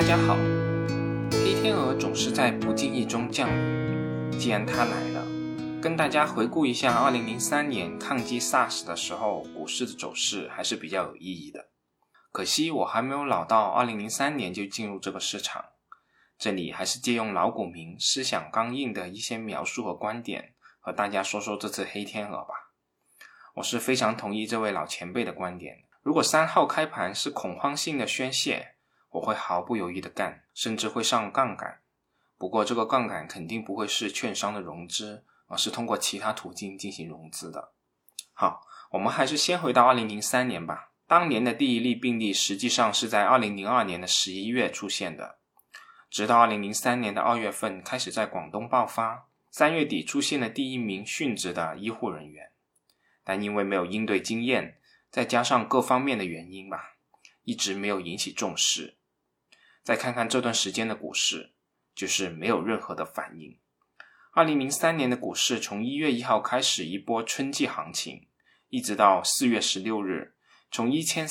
家好，黑天鹅总是在不经意中降临，既然它来了，跟大家回顾一下2003年抗击 SARS 的时候股市的走势还是比较有意义的。可惜我还没有老到2003年就进入这个市场，这里还是借用老股民思想刚硬的一些描述和观点，和大家说说这次黑天鹅吧。我是非常同意这位老前辈的观点，如果3号开盘是恐慌性的宣泄，我会毫不犹豫的干，甚至会上杠杆。不过这个杠杆肯定不会是券商的融资，而是通过其他途径进行融资的。好，我们还是先回到2003年吧。当年的第一例病例实际上是在2002年的11月出现的，直到2003年的2月份开始在广东爆发，3月底出现了第一名殉职的医护人员。但因为没有应对经验，再加上各方面的原因吧，一直没有引起重视。再看看这段时间的股市，就是没有任何的反应。2003年的股市从1月1号开始一波春季行情，一直到4月16日，从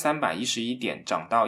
1311点涨到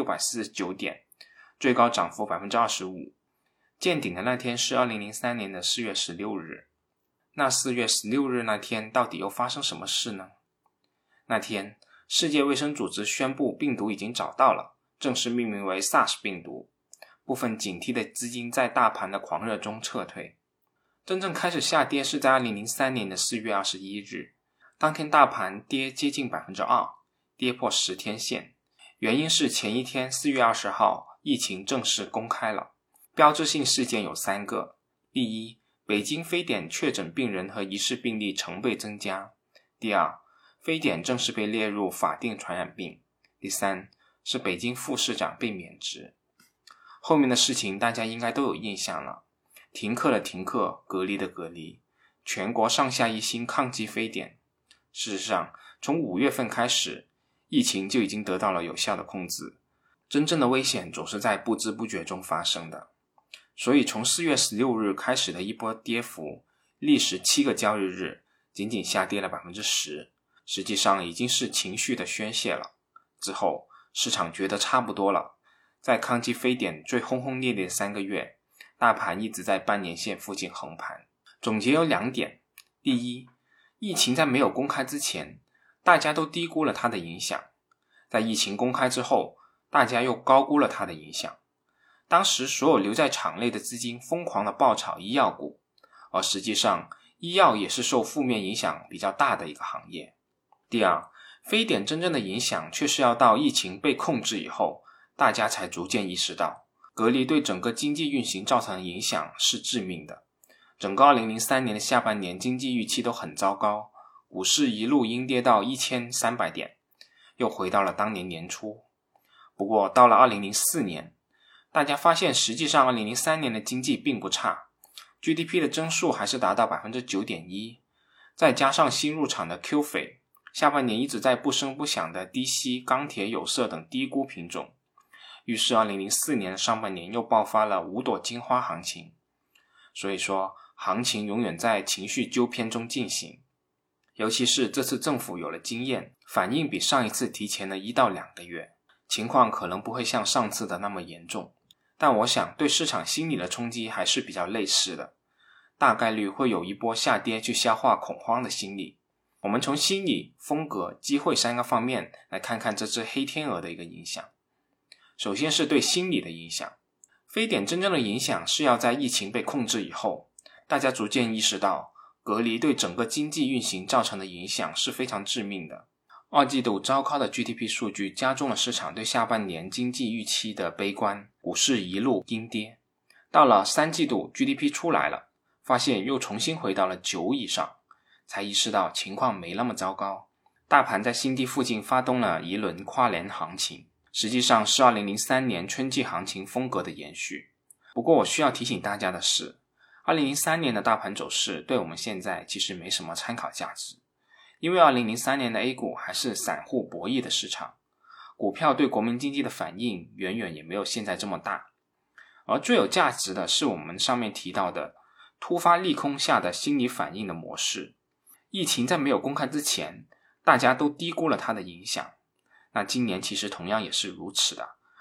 1649点，最高涨幅 25%。 见顶的那天是2003年的4月16日。那4月16日那天到底又发生什么事呢？那天世界卫生组织宣布病毒已经找到了，正式命名为 SARS 病毒，部分警惕的资金在大盘的狂热中撤退。真正开始下跌是在2003年的4月21日，当天大盘跌接近 2%， 跌破10天线。原因是前一天4月20号疫情正式公开了，标志性事件有3个。第一，北京非典确诊病人和疑似病例成倍增加。第二，非典正式被列入法定传染病。第三，是北京副市长被免职。后面的事情大家应该都有印象了，停课的停课，隔离的隔离，全国上下一心抗击非典。事实上，从5月份开始，疫情就已经得到了有效的控制，真正的危险总是在不知不觉中发生的。所以从4月16日开始的一波跌幅，历时7个交易日，仅仅下跌了 10%， 实际上已经是情绪的宣泄了。之后市场觉得差不多了，在抗击非典最轰轰烈烈的3个月，大盘一直在半年线附近横盘。总结有2点。第一，疫情在没有公开之前，大家都低估了它的影响，在疫情公开之后，大家又高估了它的影响。当时所有留在场内的资金疯狂地爆炒医药股，而实际上医药也是受负面影响比较大的一个行业。第二，非典真正的影响却是要到疫情被控制以后，大家才逐渐意识到隔离对整个经济运行造成的影响是致命的。整个2003年的下半年经济预期都很糟糕，股市一路阴跌到1300点，又回到了当年年初。不过到了2004年，大家发现实际上2003年的经济并不差， GDP 的增速还是达到 9.1%， 再加上新入场的 Q 斐，下半年一直在不声不响的低硒、钢铁、有色等低估品种，于是2004年上半年又爆发了5朵金花行情。所以说行情永远在情绪纠偏中进行，尤其是这次政府有了经验，反应比上一次提前了1到2个月，情况可能不会像上次的那么严重，但我想对市场心理的冲击还是比较类似的，大概率会有一波下跌去消化恐慌的心理。我们从心理、风格、机会3个方面来看看这只黑天鹅的一个影响。首先是对心理的影响，非典真正的影响是要在疫情被控制以后，大家逐渐意识到隔离对整个经济运行造成的影响是非常致命的。2季度糟糕的 GDP 数据加重了市场对下半年经济预期的悲观，股市一路阴跌。到了3季度 GDP 出来了，发现又重新回到了9以上，才意识到情况没那么糟糕。大盘在新低附近发动了一轮跨年行情，实际上是2003年春季行情风格的延续。不过我需要提醒大家的是，2003年的大盘走势对我们现在其实没什么参考价值，因为2003年的 A 股还是散户博弈的市场，股票对国民经济的反应远远也没有现在这么大。而最有价值的是我们上面提到的突发利空下的心理反应的模式。疫情在没有公开之前，大家都低估了它的影响，那今年其实同样也是如此的，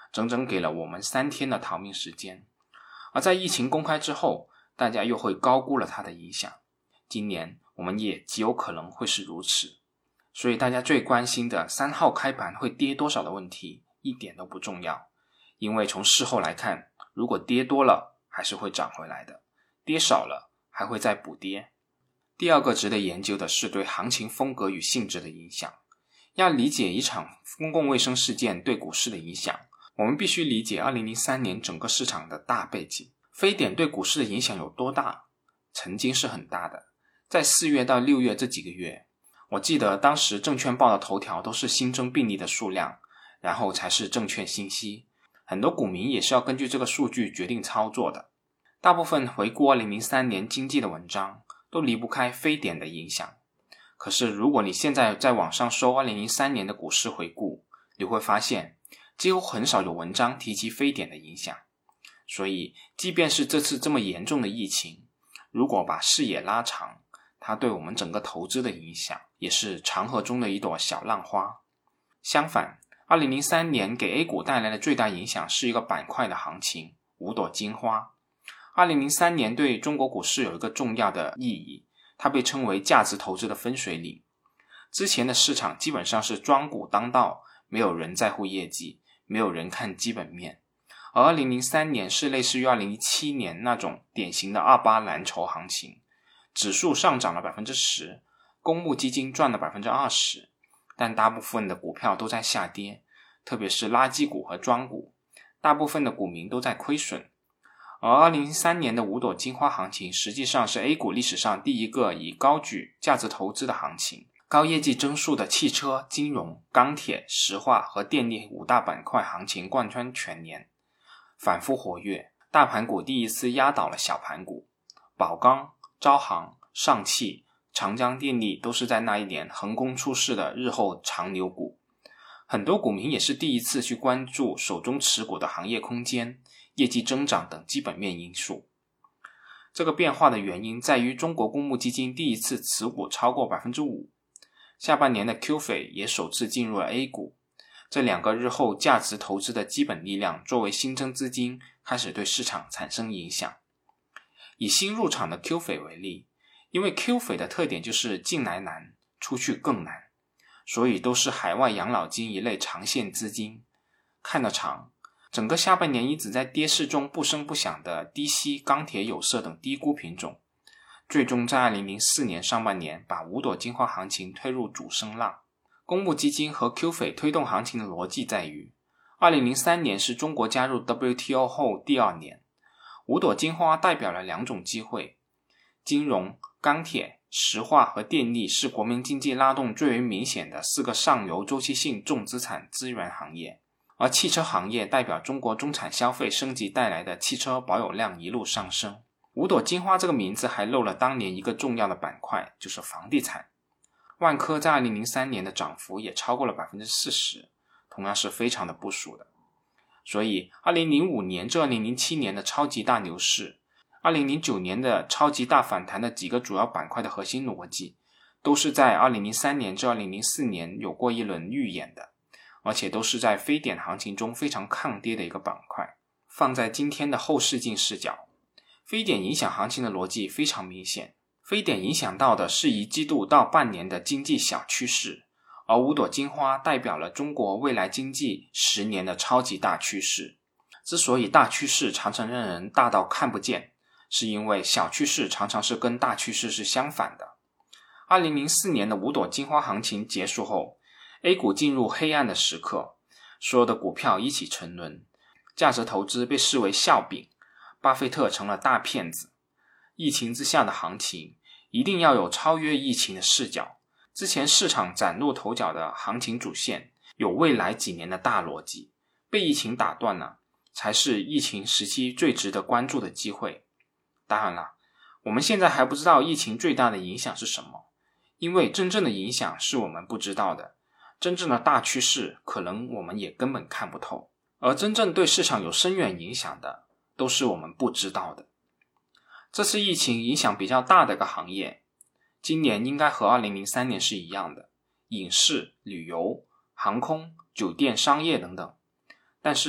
整整给了我们3天的逃命时间。而在疫情公开之后，大家又会高估了它的影响。今年我们也极有可能会是如此。所以大家最关心的3号开盘会跌多少的问题一点都不重要，因为从事后来看，如果跌多了还是会涨回来的，跌少了还会再补跌。第二个值得研究的是对行情风格与性质的影响。要理解一场公共卫生事件对股市的影响，我们必须理解2003年整个市场的大背景。非典对股市的影响有多大？曾经是很大的。在4月到6月这几个月，我记得当时证券报的头条都是新增病例的数量，然后才是证券信息。很多股民也是要根据这个数据决定操作的。大部分回顾2003年经济的文章都离不开非典的影响。可是如果你现在在网上搜2003年的股市回顾，你会发现几乎很少有文章提及非典的影响。所以即便是这次这么严重的疫情，如果把视野拉长，它对我们整个投资的影响也是长河中的一朵小浪花。相反，2003年给 A 股带来的最大影响是一个板块的行情，五朵金花。2003年对中国股市有一个重要的意义，它被称为价值投资的分水岭。之前的市场基本上是庄股当道，没有人在乎业绩，没有人看基本面。而2003年是类似于2017年那种典型的28蓝筹行情，指数上涨了 10%， 公募基金赚了 20%， 但大部分的股票都在下跌，特别是垃圾股和庄股，大部分的股民都在亏损。而2003年的五朵金花行情实际上是 A 股历史上第一个以高举价值投资的行情，高业绩增速的汽车、金融、钢铁、石化和电力5大板块行情贯穿全年，反复活跃，大盘股第一次压倒了小盘股，宝钢、招行、上汽、长江电力都是在那一年横空出世的日后长牛股。很多股民也是第一次去关注手中持股的行业空间、业绩增长等基本面因素。这个变化的原因在于中国公募基金第一次持股超过 5%， 下半年的 QF 也首次进入了 A 股。这两个日后价值投资的基本力量作为新增资金开始对市场产生影响。以新入场的 QF 为例，因为 QF 的特点就是进来难，出去更难，所以都是海外养老金一类长线资金。看得长，整个下半年一直在跌势中不声不响的低硒、钢铁、有色等低估品种，最终在2004年上半年把五朵金花行情推入主升浪。公募基金和 QF 推动行情的逻辑在于，2003年是中国加入 WTO 后第2年，五朵金花代表了2种机会。金融、钢铁、石化和电力是国民经济拉动最为明显的4个上游周期性重资产资源行业，而汽车行业代表中国中产消费升级带来的汽车保有量一路上升。五朵金花这个名字还漏了当年一个重要的板块，就是房地产。万科在2003年的涨幅也超过了 40%， 同样是非常的不俗的。所以2005年至2007年的超级大牛市，2009年的超级大反弹的几个主要板块的核心逻辑，都是在2003年至2004年有过一轮预演的，而且都是在非典行情中非常抗跌的一个板块。放在今天的后视镜视角，非典影响行情的逻辑非常明显。非典影响到的是一季度到半年的经济小趋势，而五朵金花代表了中国未来经济10年的超级大趋势。之所以大趋势常常让人大到看不见，是因为小趋势常常是跟大趋势是相反的。2004年的五朵金花行情结束后， A 股进入黑暗的时刻，所有的股票一起沉沦，价值投资被视为笑柄，巴菲特成了大骗子。疫情之下的行情一定要有超越疫情的视角，之前市场崭露头角的行情主线有未来几年的大逻辑，被疫情打断了，才是疫情时期最值得关注的机会。当然了，我们现在还不知道疫情最大的影响是什么，因为真正的影响是我们不知道的，真正的大趋势可能我们也根本看不透，而真正对市场有深远影响的都是我们不知道的。这次疫情影响比较大的一个行业，今年应该和2003年是一样的，影视、旅游、航空、酒店、商业等等。但是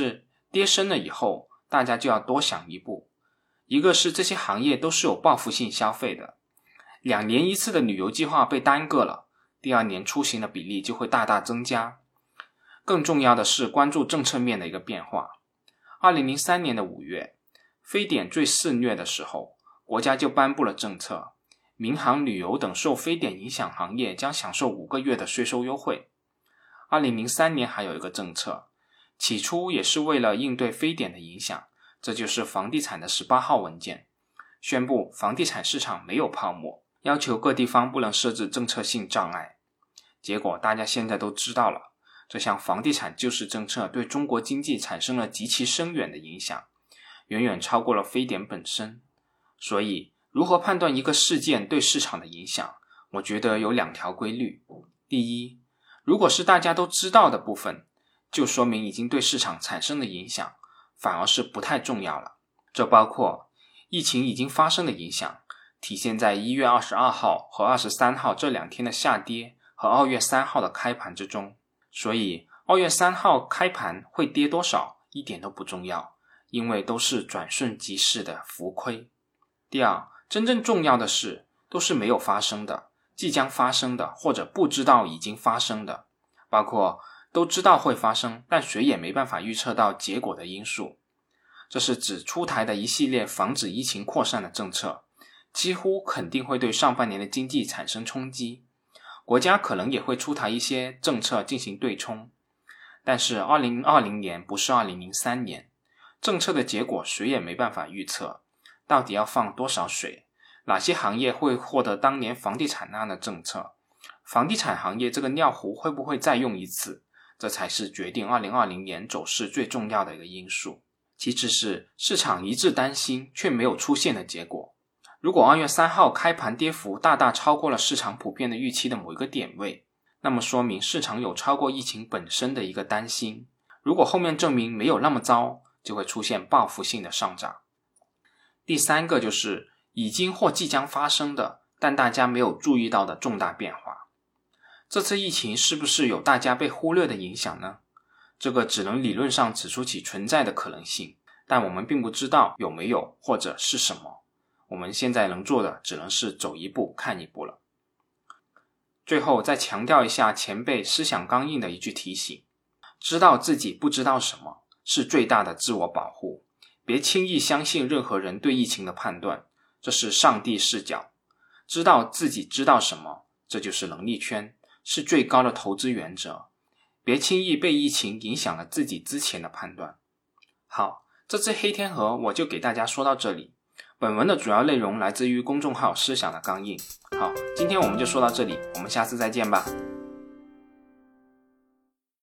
跌深了以后，大家就要多想一步。一个是这些行业都是有报复性消费的，2年一次的旅游计划被耽搁了，第2年出行的比例就会大大增加。更重要的是关注政策面的一个变化。2003年的5月，非典最肆虐的时候，国家就颁布了政策，民航旅游等受非典影响行业将享受5个月的税收优惠。2003年还有一个政策，起初也是为了应对非典的影响，这就是房地产的18号文件，宣布房地产市场没有泡沫，要求各地方不能设置政策性障碍。结果大家现在都知道了，这项房地产救市政策对中国经济产生了极其深远的影响，远远超过了非典本身。所以如何判断一个事件对市场的影响，我觉得有2条规律。第一，如果是大家都知道的部分，就说明已经对市场产生了影响，反而是不太重要了。这包括疫情已经发生的影响，体现在1月22号和23号这2天的下跌和2月3号的开盘之中。所以2月3号开盘会跌多少一点都不重要，因为都是转瞬即逝的浮亏。第二，真正重要的是都是没有发生的，即将发生的，或者不知道已经发生的，包括都知道会发生，但谁也没办法预测到结果的因素。这是指出台的一系列防止疫情扩散的政策，几乎肯定会对上半年的经济产生冲击。国家可能也会出台一些政策进行对冲，但是2020年不是2003年，政策的结果谁也没办法预测，到底要放多少水，哪些行业会获得当年房地产那样的政策，房地产行业这个尿壶会不会再用一次，这才是决定2020年走势最重要的一个因素。其次是市场一致担心却没有出现的结果。如果2月3号开盘跌幅大大超过了市场普遍的预期的某一个点位，那么说明市场有超过疫情本身的一个担心。如果后面证明没有那么糟，就会出现报复性的上涨。第3个就是已经或即将发生的，但大家没有注意到的重大变化。这次疫情是不是有大家被忽略的影响呢？这个只能理论上指出其存在的可能性，但我们并不知道有没有或者是什么。我们现在能做的只能是走一步看一步了。最后再强调一下前辈思想刚硬的一句提醒，知道自己不知道什么是最大的自我保护，别轻易相信任何人对疫情的判断，这是上帝视角。知道自己知道什么，这就是能力圈，是最高的投资原则，别轻易被疫情影响了自己之前的判断。好，这次黑天鹅我就给大家说到这里。本文的主要内容来自于公众号思想的刚硬。好，今天我们就说到这里，我们下次再见吧。